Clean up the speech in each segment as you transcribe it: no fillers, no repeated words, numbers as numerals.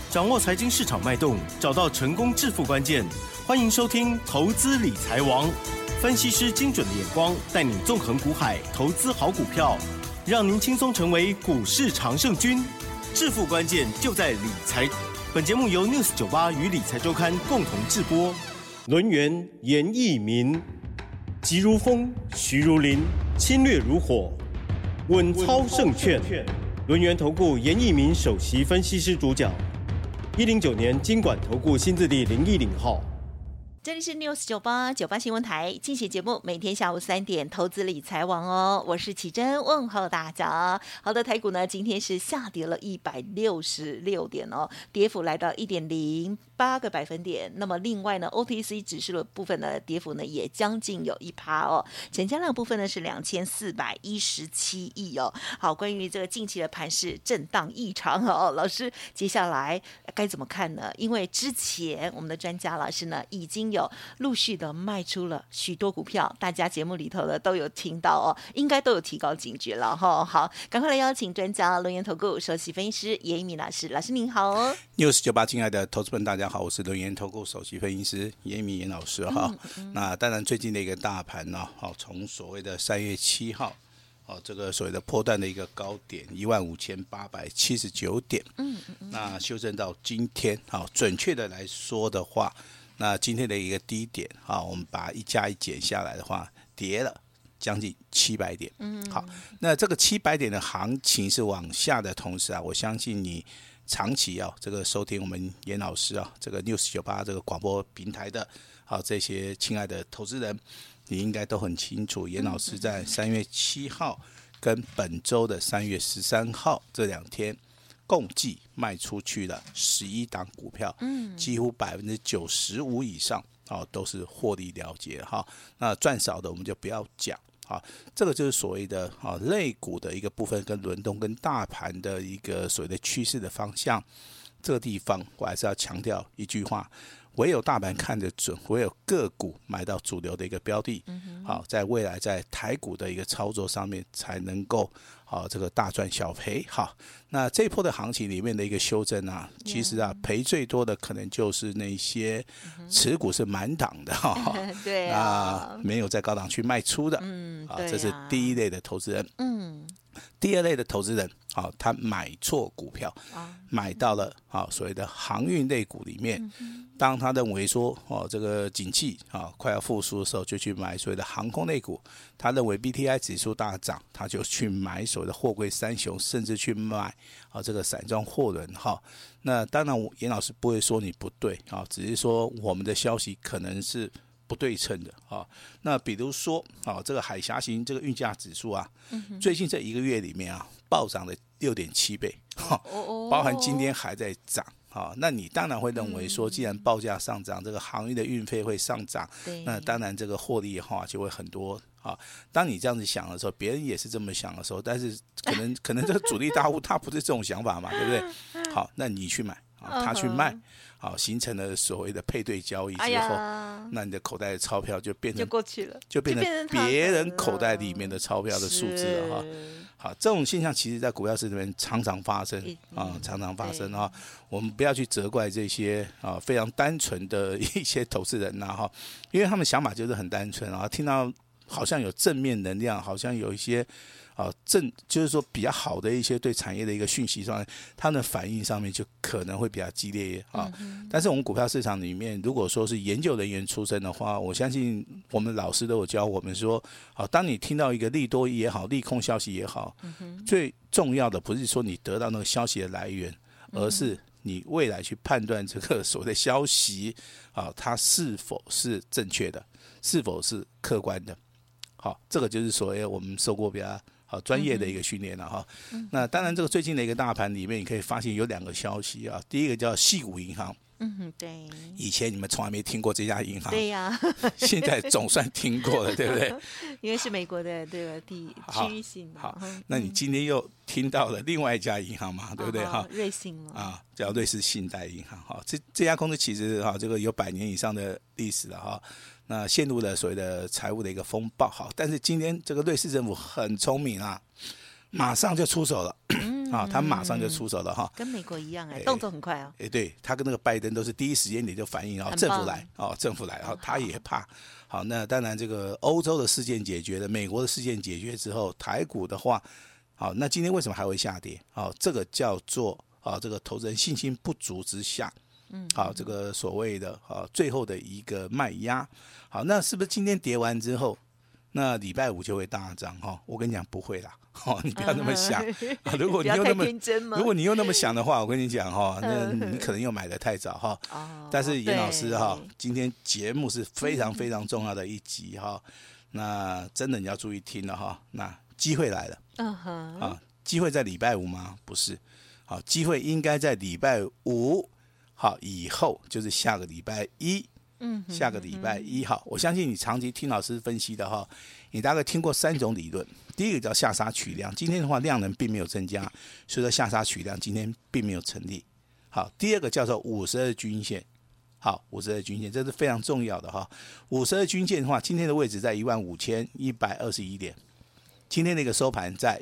掌握财经市场脉动，找到成功致富关键。欢迎收听《投资理财王》，分析师精准的眼光，带你纵横股海，投资好股票，让您轻松成为股市常胜军。致富关键就在理财。本节目由 News98 与理财周刊共同制播。轮源严义民，急如风，徐如林，侵略如火，稳操胜券。轮源投顾严义民首席分析师主讲。109年金管投顾新字第010号。 这里是 News98 新闻台，进行节目，每天下午3点，投资理财网哦，我是启真，问候大家。好的，台股呢今天是下跌了166点哦，跌幅来到1.08个百分点。那么另外呢 ，OTC 指数的部分呢，跌幅呢也将近有1%哦。成交量部分呢是2417亿哦。好，关于这个近期的盘势震荡异常哦，老师接下来该怎么看呢？因为之前我们的专家老师呢已经有陆续的卖出了许多股票，大家节目里头的都有听到哦，应该都有提高警觉了哈。好，赶快来邀请专家轮源投顾首席分析师严一鸣老师，老师您好哦。 News98 亲爱的投资们，大家好，我是轮源投顾首席分析师严一鸣严老师哈。那当然最近的一个大盘呢，从所谓的3月7号。这个所谓的波段的一个高点15879点，那修正到今天，准确的来说的话，那今天的一个低点，我们把1加1减下来的话，跌了将近700点。好，那这个700点的行情是往下的同时啊，我相信你长期这个收听我们严老师这个 News98 这个广播平台的这些亲爱的投资人。你应该都很清楚，严老师在3月7号跟本周的3月13号这2天，共计卖出去了11档股票，几乎95%以上都是获利了结哈。那赚少的我们就不要讲。好，这个就是所谓的类股的一个部分跟轮动跟大盘的一个所谓的趋势的方向。这个地方我还是要强调一句话。唯有大盘看得准，唯有个股买到主流的一个标的，好，在未来在台股的一个操作上面才能够这个大赚小赔。好，那这一波的行情里面的一个修正啊，其实赔最多的可能就是那些持股是满档的对啊， 没有在高档区卖出的，这是第一类的投资人。第二类的投资人，他买错股票，买到了所谓的航运类股里面。当他认为说这个景气快要复苏的时候，就去买所谓的航空类股。他认为 BTI 指数大涨，他就去买所谓的货柜三雄，甚至去买这个散装货轮。那当然，严老师不会说你不对，只是说我们的消息可能是不对称的。那比如说这个海峡型这个运价指数啊，最近这1个月里面暴涨了6.7倍，包含今天还在涨。那你当然会认为说，既然报价上涨，这个航运的运费会上涨，那当然这个获利就会很多。当你这样子想的时候，别人也是这么想的时候，但是可能这个主力大户他不是这种想法嘛，对不对？好，那你去买，他去卖，好，形成了所谓的配对交易之后，那你的口袋的钞票就变成就过去了， 就变成别人口袋里面的钞票的数字了哈。好，这种现象其实在股票市场里面常常发生常常发生我们不要去责怪这些非常单纯的一些投资人因为他们想法就是很单纯听到好像有正面能量，好像有一些就是说比较好的一些对产业的一个讯息上面，他们的反应上面就可能会比较激烈但是我们股票市场里面，如果说是研究人员出身的话，我相信我们老师都有教我们说，当你听到一个利多也好，利空消息也好，最重要的不是说你得到那个消息的来源，而是你未来去判断这个所谓的消息它是否是正确的，是否是客观的。好，这个就是所谓我们受过比较专业的一个训练了那当然，这个最近的一个大盘里面，你可以发现有2个消息第一个叫矽谷银行。 对。 以前你们从来没听过这家银行， 对呀， 现在总算听过了，对不对？ 因为是美国的这个区域性的。 好，那你今天又听到了另外一家银行嘛，对不对？ 瑞信嘛， 叫瑞士信贷银行。这家公司其实这个有100年以上的历史了那陷入了所谓的财务的一个风暴但是今天这个瑞士政府很聪明马上就出手了他马上就出手了哈， 跟美国一样动作很快哦。 对，他跟那个拜登都是第一时间点就反应政府来，他也怕。好，那当然这个欧洲的事件解决了，美国的事件解决之后，台股的话，好，那今天为什么还会下跌？好，这个叫做这个投资人信心不足之下。好，这个所谓的最后的一个卖压，好，那是不是今天跌完之后，那礼拜五就会大涨？我跟你讲不会啦，你不要那么想。如果你又那么想的话，我跟你讲那你可能又买得太早但是严老师今天节目是非常非常重要的一集那真的你要注意听了那机会来了。机会在礼拜五吗？不是，机会应该在礼拜五。好，以后就是下个礼拜一，下个礼拜一好，我相信你长期听老师分析的你大概听过3种理论。第一个叫下杀取量，今天的话量能并没有增加，所以说下杀取量今天并没有成立。好，第二个叫做52均线，好，52均线这是非常重要的52均线的话，今天的位置在15121点，今天的一个收盘在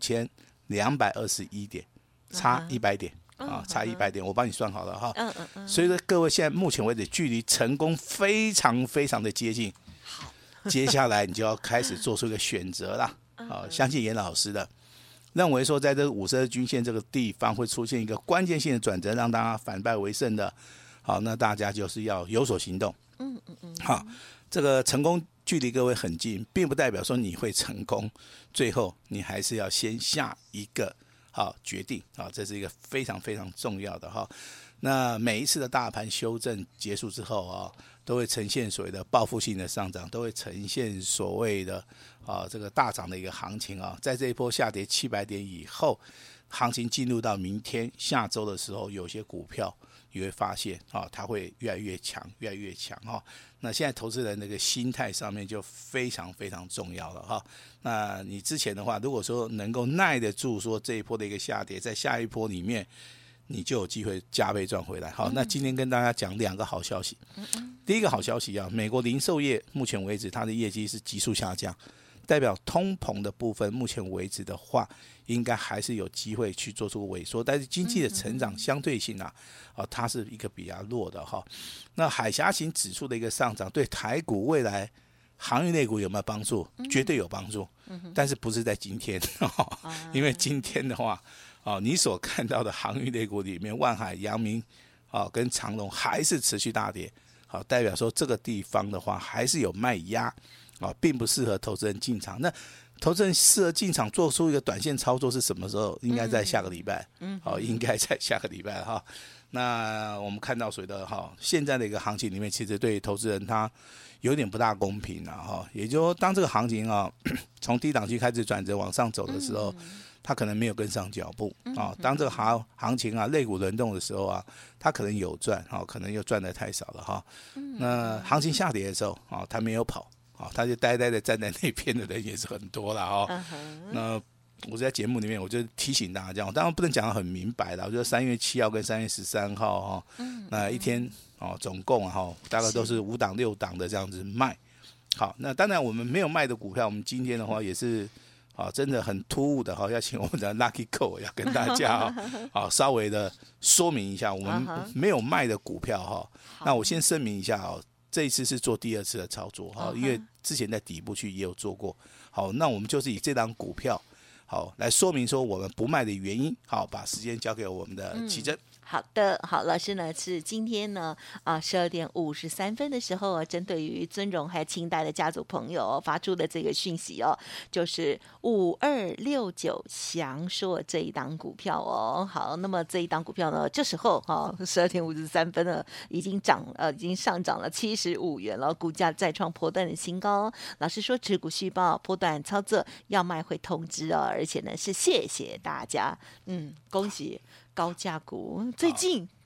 15221点，差100点。差100点，我帮你算好了所以说各位现在目前为止距离成功非常非常的接近，接下来你就要开始做出一个选择啦。相信严老师的认为说，在这52均线这个地方会出现一个关键性的转折，让大家反败为胜的。好，那大家就是要有所行动。好，这个成功距离各位很近，并不代表说你会成功，最后你还是要先下一个。好，决定这是一个非常非常重要的那每一次的大盘修正结束之后都会呈现所谓的报复性的上涨，都会呈现所谓的这个大涨的一个行情在这一波下跌700点以后，行情进入到明天下周的时候，有些股票你会发现它会越来越强，越来越强那现在投资人那个心态上面就非常非常重要了那你之前的话，如果说能够耐得住说这一波的一个下跌，在下一波里面你就有机会加倍赚回来。好，那今天跟大家讲2个好消息。第一个好消息美国零售业目前为止它的业绩是急速下降，代表通膨的部分目前为止的话，应该还是有机会去做出萎缩，但是经济的成长相对性它是一个比较弱的那海峡型指数的一个上涨，对台股未来航运类股有没有帮助？绝对有帮助，但是不是在今天因为今天的话你所看到的航运类股里面，万海、阳明跟长荣还是持续大跌，代表说这个地方的话还是有卖压并不适合投资人进场。那投资人适合进场做出一个短线操作是什么时候？应该在下个礼拜，应该在下个礼拜那我们看到所谓的现在的一个行情里面，其实对投资人他有点不大公平也就是说，当这个行情从低档区开始转折往上走的时候，他可能没有跟上脚步当这个行情类股轮动的时候他可能有赚可能又赚得太少了那行情下跌的时候他没有跑他就呆呆的站在那边的人也是很多了那我在节目里面我就提醒大家，我当然不能讲得很明白了。我觉得3月7号跟3月13号那一天总共大概都是5档6档的这样子卖。好，那当然我们没有卖的股票，我们今天的话也是真的很突兀的要请我们的 Lucky Call 要跟大家稍微的说明一下，我们没有卖的股票那我先声明一下这一次是做第2次的操作因为之前在底部区也有做过。好，那我们就是以这档股票来说明说我们不卖的原因。好，把时间交给我们的奇珍。 好的，好，老师呢是今天呢12点53分的时候针对于尊荣还有清代的家族朋友发出的这个讯息就是5269祥硕这一档股票好，那么这一档股票呢，这时候12点53分呢已经上涨了75元了，股价再创波段的新高。老师说持股续报，波段操作要卖会通知而且呢是谢谢大家，恭喜高价股最近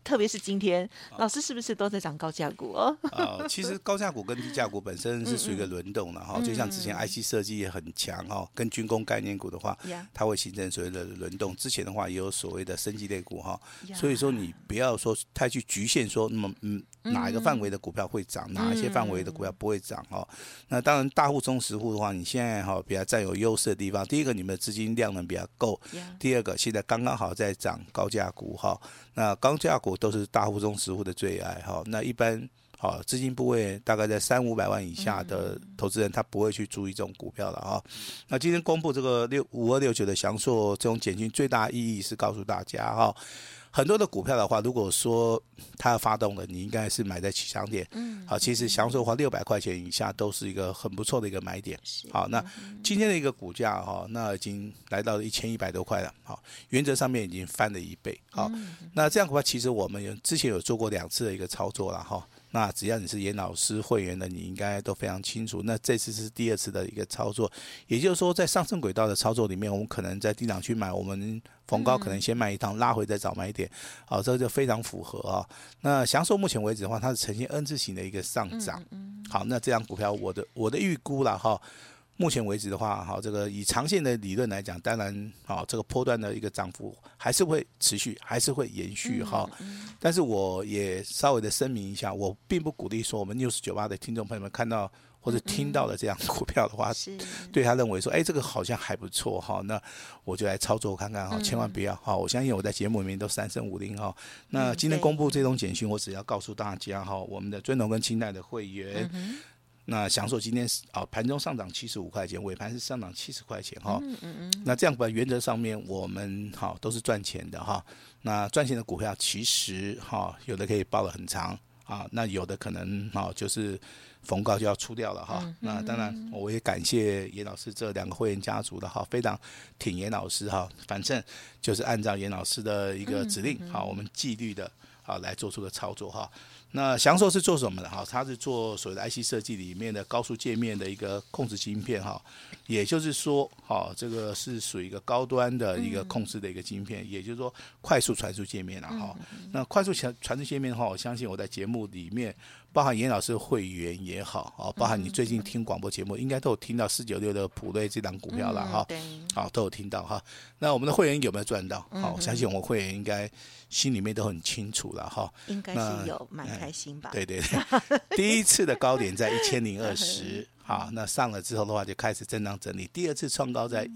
特别是今天，老师是不是都在涨高价股哦？ 其实高价股跟低价股本身是属于一个轮动的哈，就像之前 IC 设计也很强哈，跟军工概念股的话，它会形成所谓的轮动。之前的话也有所谓的生技类股哈，所以说你不要说太去局限说哪一个范围的股票会涨，哪一些范围的股票不会涨哈。那当然大户中实户的话，你现在哈比较占有优势的地方，第一个你们的资金量能比较够，第二个现在刚刚好在涨高价股哈。那高价股都是大户中实户的最爱哈。那一般好资金部位大概在300-500万以下的投资人，他不会去注意这种股票了哈。那今天公布这个5269的祥硕这种简讯，最大意义是告诉大家哈。很多的股票的话，如果说它要发动了，你应该是买在起涨点。好，其实祥硕的话600块钱以下都是一个很不错的一个买点。好，那今天的一个股价哈，那已经来到了1100多块了。好，原则上面已经翻了1倍。好，那这样股票其实我们之前有做过2次的一个操作了哈。那只要你是严老师会员的，你应该都非常清楚。那这次是第2次的一个操作，也就是说，在上升轨道的操作里面，我们可能在低档去买，我们逢高可能先卖一趟，拉回再找买点，好，这个就非常符合啊。那祥硕目前为止的话，它是呈现 N 字形的一个上涨。好，那这张股票我的预估啦哈。目前为止的话，好，这个以长线的理论来讲，当然，好，这个波段的一个涨幅还是会持续，还是会延续哈。但是我也稍微的声明一下，我并不鼓励说我们 News98 的听众朋友们看到或者听到的这样股票的话，对他认为说，这个好像还不错哈，那我就来操作看看哈，千万不要哈。我相信我在节目里面都3声5令哈。那今天公布这种简讯，我只要告诉大家哈，我们的尊荣跟清代的会员。那祥硕今天盘中上涨75块钱，尾盘是上涨70块钱哈。那这样吧，原则上面我们都是赚钱的哈。那赚钱的股票其实有的可以抱得很长啊，那有的可能就是逢高就要出掉了哈。那当然我也感谢严老师这2个会员家族的哈，非常挺严老师哈。反正就是按照严老师的一个指令我们纪律的来做出的操作哈。那祥硕是做什么的哈？它是做所谓的 IC 设计里面的高速界面的一个控制晶片哈，也就是说，这个是属于一个高端的一个控制的一个晶片，也就是说快速传输界面了哈。那快速传输界面的话，我相信我在节目里面，包含严老师的会员也好，包含你最近听广播节目，应该都有听到496的普瑞这档股票了哈。好，都有听到哈。那我们的会员有没有赚到？好，我相信我们会员应该心里面都很清楚了哈。 应该是有蛮开心吧？ 对对对，第一次的高点在1020，好，那上了之后的话就开始震荡整理。第2次创高在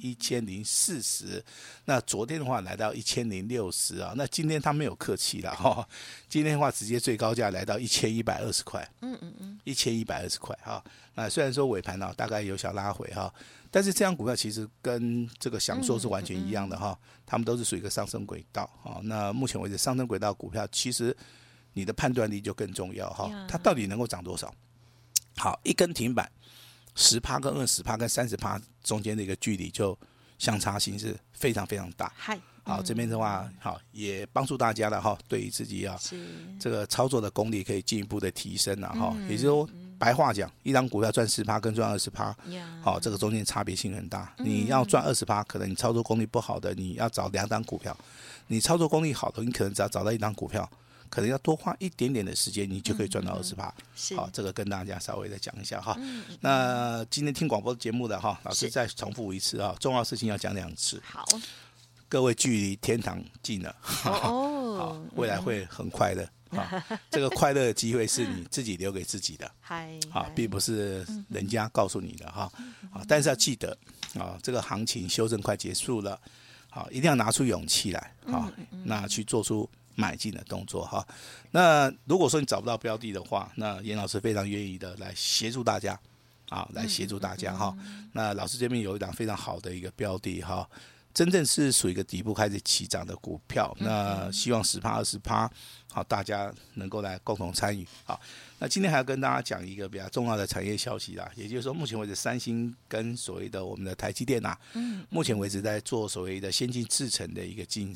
1040，那昨天的话来到1060啊，那今天他没有客气了哈，今天的话直接最高价来到1120块，1120块哈。那虽然说尾盘大概有小拉回哈，但是这样股票其实跟这个祥硕是完全一样的哈，他们都是属于一个上升轨道啊。那目前为止上升轨道股票其实你的判断力就更重要哈，它到底能够涨多少？好，一根停板，10%跟20%跟30%中间的一个距离就相差性是非常非常大。好，这边的话，好也帮助大家了哈，对于自己这个操作的功力可以进一步的提升了哈。也就是说，白话讲，一张股票赚10%跟赚20%，好，这个中间差别性很大。你要赚20%，可能你操作功力不好的，你要找2档股票；你操作功力好的，你可能只要找到1档股票。可能要多花一点点的时间，你就可以赚到20%。好，这个跟大家稍微的讲一下哈。那今天听广播节目的哈，老师再重复一次哈，重要事情要讲2次。好，各位距离天堂近了，好，未来会很快乐。这个快乐的机会是你自己留给自己的，好，并不是人家告诉你的哈。好，但是要记得这个行情修正快结束了，好，一定要拿出勇气来，好，那去做出买进的动作哈。那如果说你找不到标的的话，那严老师非常愿意的来协助大家，来协助大家哈。那老师这边有一档非常好的一个标的哈，真正是属于一个底部开始起涨的股票，那希望10%、20%，好，大家能够来共同参与。好，那今天还要跟大家讲一个比较重要的产业消息啦，也就是说，目前为止三星跟所谓的我们的台积电目前为止在做所谓的先进制程的一个竞赛。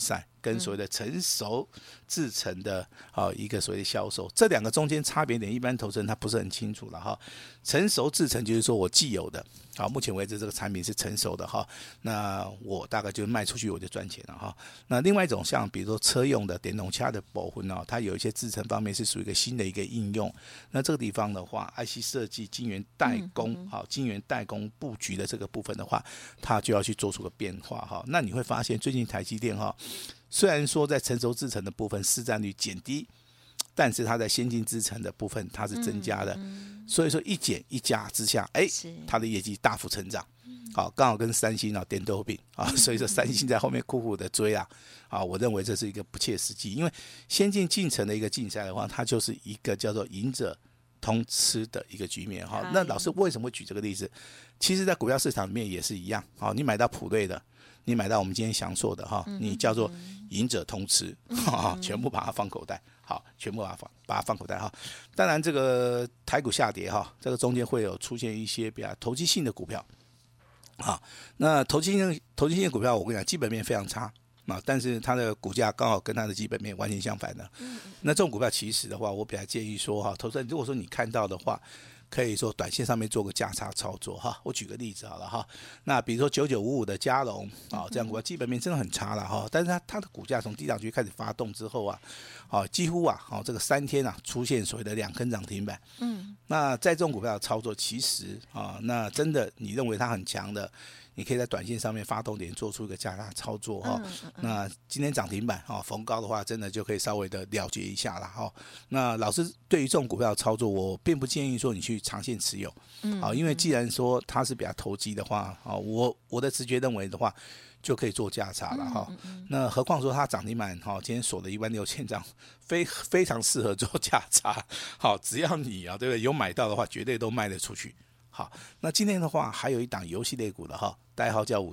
跟所谓的成熟制成的一个所谓的销售，这两个中间差别点，一般投资人他不是很清楚了哈。成熟制成就是说我既有的，好，目前为止这个产品是成熟的哈，那我大概就卖出去我就赚钱了哈。那另外一种像比如说车用的电动车的部分哦，它有一些制成方面是属于一个新的一个应用，那这个地方的话 ，IC 设计、晶圆代工，好，晶圆代工布局的这个部分的话，它就要去做出个变化哈。那你会发现最近台积电哈，虽然说在成熟制程的部分市占率减低，但是它在先进制程的部分它是增加的，所以说一减一加之下，它的业绩大幅成长。好，刚好跟三星点豆饼啊，所以说三星在后面苦苦的追啊，我认为这是一个不切实际，因为先进进程的一个竞赛的话，它就是一个叫做赢者通吃的一个局面哈。那老师为什么会举这个例子？其实，在股票市场里面也是一样，好，你买到普瑞的，你买到我们今天详硕的哈，你叫做赢者通吃，全部把它放口袋。好，全部把它放口袋哈。当然，这个台股下跌哈，这个中间会有出现一些比较投机性的股票。好，那投机性的股票，我跟你讲，基本面非常差但是它的股价刚好跟它的基本面完全相反的。那这种股票其实的话，我比较建议说哈，投资人如果说你看到的话，可以说短线上面做个价差操作哈。我举个例子好了哈，那比如说9955的嘉龙这样股票基本面真的很差了哈，但是它的股价从低档区开始发动之后几乎这个3天出现所谓的2根涨停板。那在这种股票的操作，其实那真的你认为它很强的，你可以在短线上面发动点做出一个价差操作那今天涨停板逢高的话，真的就可以稍微的了结一下了那老师对于这种股票的操作，我并不建议说你去长线持有因为既然说它是比较投机的话我的直觉认为的话，就可以做价差了那何况说它涨停板今天锁了16000张，非常适合做价差只要你对不对有买到的话，绝对都卖得出去。好，那今天的话还有一档游戏类股的代号叫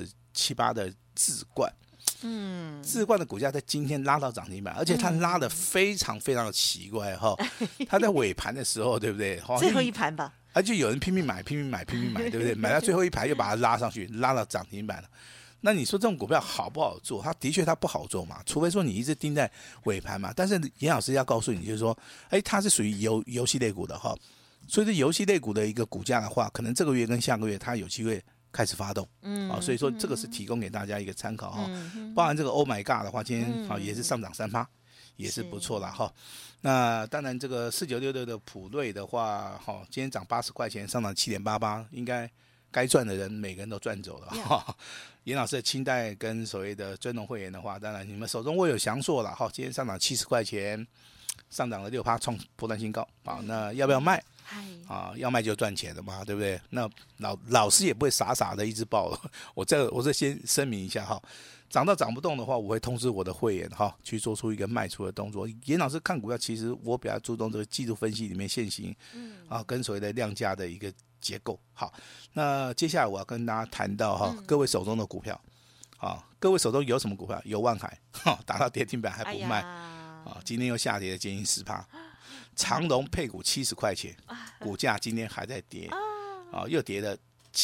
5478的智冠。智冠的股价在今天拉到涨停板，而且它拉得非常非常的奇怪它在尾盘的时候，对不对？ 最后一盘吧。 就有人拼命买，对不对？买到最后一盘又把它拉上去，拉到涨停板了。那你说这种股票好不好做？它的确它不好做嘛，除非说你一直盯在尾盘嘛。但是严老师要告诉你，就是说，它是属于游戏类股的所以这游戏类股的一个股价的话，可能这个月跟下个月它有机会开始发动所以说这个是提供给大家一个参考包含这个 Oh My God 的话，今天也是上涨3%，也是不错啦那当然这个4966的普瑞的话今天涨80块钱，上涨7.88%，应该该赚的人每个人都赚走了严老师的清代跟所谓的尊荣会员的话，当然你们手中握有详硕了今天上涨70块钱，上涨了6%，创波段新高那要不要卖？要卖就赚钱了嘛，对不对？那老师也不会傻傻的一直报了。我这先声明一下涨到涨不动的话，我会通知我的会员去做出一个卖出的动作。严老师看股票，其实我比较注重这个技术分析里面现行跟所谓的量价的一个结构。好，那接下来我要跟大家谈到各位手中的股票各位手中有什么股票？有万海打到跌停板还不卖今天又下跌了接近10%。长荣配股70块钱，股价今天还在跌又跌了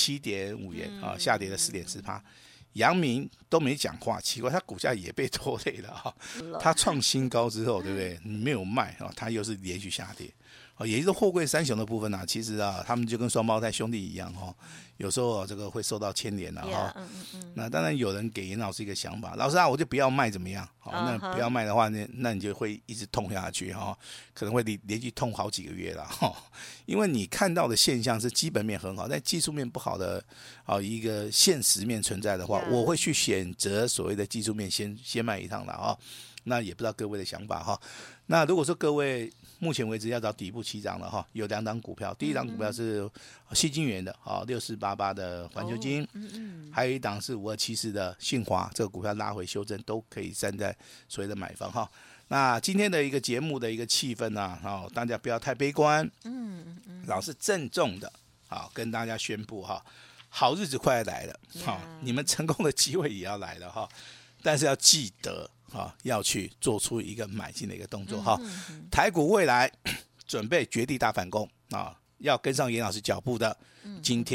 7.5元下跌了4.4%。阳明都没讲话，奇怪，它股价也被拖累了它创新高之后，对不对？你没有卖它又是连续下跌也就是货柜三雄的部分其实他们就跟双胞胎兄弟一样有时候这个会受到牵连那当然有人给严老师一个想法，老师我就不要卖怎么样那不要卖的话那你就会一直痛下去可能会连续痛好几个月了因为你看到的现象是基本面很好，但技术面不好的一个现实面存在的话，我会去选择所谓的技术面先卖一趟了那也不知道各位的想法那如果说各位目前为止要找底部起涨了有2档股票，第一档股票是矽晶圆的6488的环球晶还有一档是5274的信华，这个股票拉回修正都可以站在所谓的买方那今天的一个节目的一个气氛大家不要太悲观老师郑重的跟大家宣布好日子快来了你们成功的机会也要来了但是要记得要去做出一个买进的一个动作台股未来准备绝地大反攻要跟上严老师脚步的，今天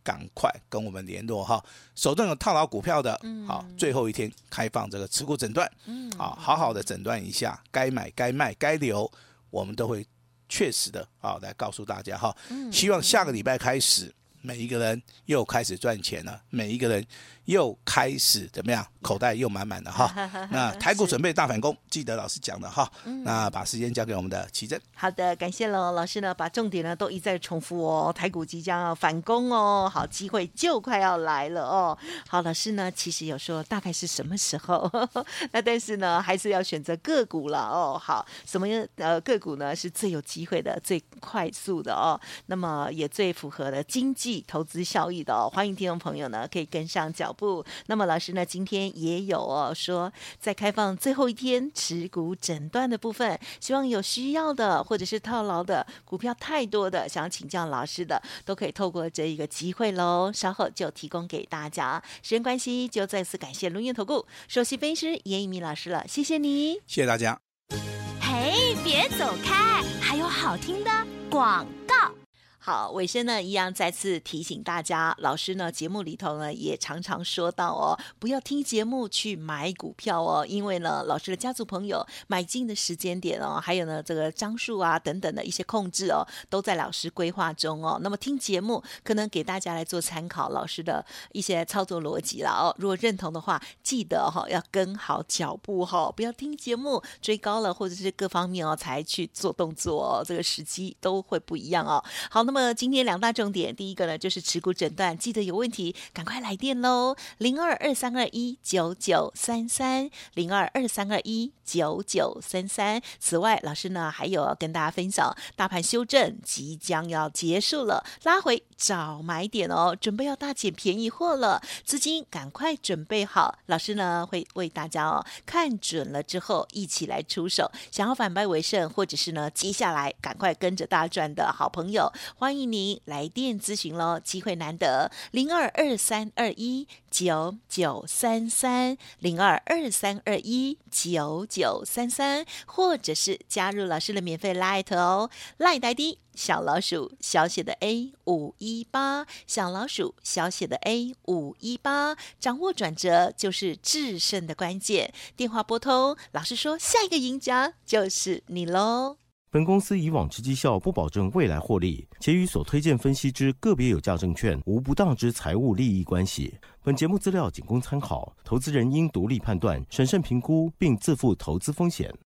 赶快跟我们联络哈。手中有套牢股票的，好，最后一天开放这个持股诊断，好好的诊断一下，该买该卖该留，我们都会确实的来告诉大家哈。希望下个礼拜开始，每一个人又开始赚钱了，每一个人又开始怎么样，口袋又满满的哈。那台股准备大反攻，记得老师讲的哈。那把时间交给我们的奇珍。 好的，感谢了老师呢，把重点呢都一再重复哦。台股即将要反攻哦，好，机会就快要来了哦。好，老师呢其实有说大概是什么时候，那但是呢还是要选择个股了哦。好，什么个股呢是最有机会的、最快速的哦，那么也最符合的经济投资效益的哦。欢迎听众朋友呢可以跟上脚步。那么老师呢今天也有说在开放最后一天持股诊断的部分，希望有需要的或者是套牢的股票太多的想要请教老师的，都可以透过这一个机会咯，稍后就提供给大家。时间关系，就再次感谢轮源投顾首席分析师严以明老师了，谢谢你， 谢谢大家。 嘿，别走开，还有好听的广告。 好，尾声呢一样再次提醒大家，老师呢节目里头呢也常常说到哦，不要听节目去买股票哦，因为呢老师的家族朋友买进的时间点哦，还有呢这个张数啊等等的一些控制哦，都在老师规划中哦。那么听节目可能给大家来做参考，老师的一些操作逻辑啦哦。如果认同的话，记得要跟好脚步不要听节目追高了或者是各方面才去做动作哦，这个时机都会不一样哦。好，那么今天两大重点，第一个呢就是持股诊断，记得有问题赶快来电咯，0223219933 0223219933。此外，老师呢还有跟大家分享，大盘修正即将要结束了，拉回找买点哦，准备要大捡便宜货了，资金赶快准备好，老师呢会为大家看准了之后一起来出手，想要反败为胜，或者是呢接下来赶快跟着大赚的好朋友，欢迎您来电咨询咯，机会难得，0223219933 0223219933，或者是加入老师的免费 LINE 哦，LINE ID小老鼠小写的 A518， 小老鼠小写的 A518， 掌握转折就是制胜的关键。电话拨通，老师说下一个赢家就是你咯。 本公司以往之绩效不保证未来获利，且与所推荐分析之个别有价证券无不当之财务利益关系。本节目资料仅供参考，投资人应独立判断、审慎评估，并自负投资风险。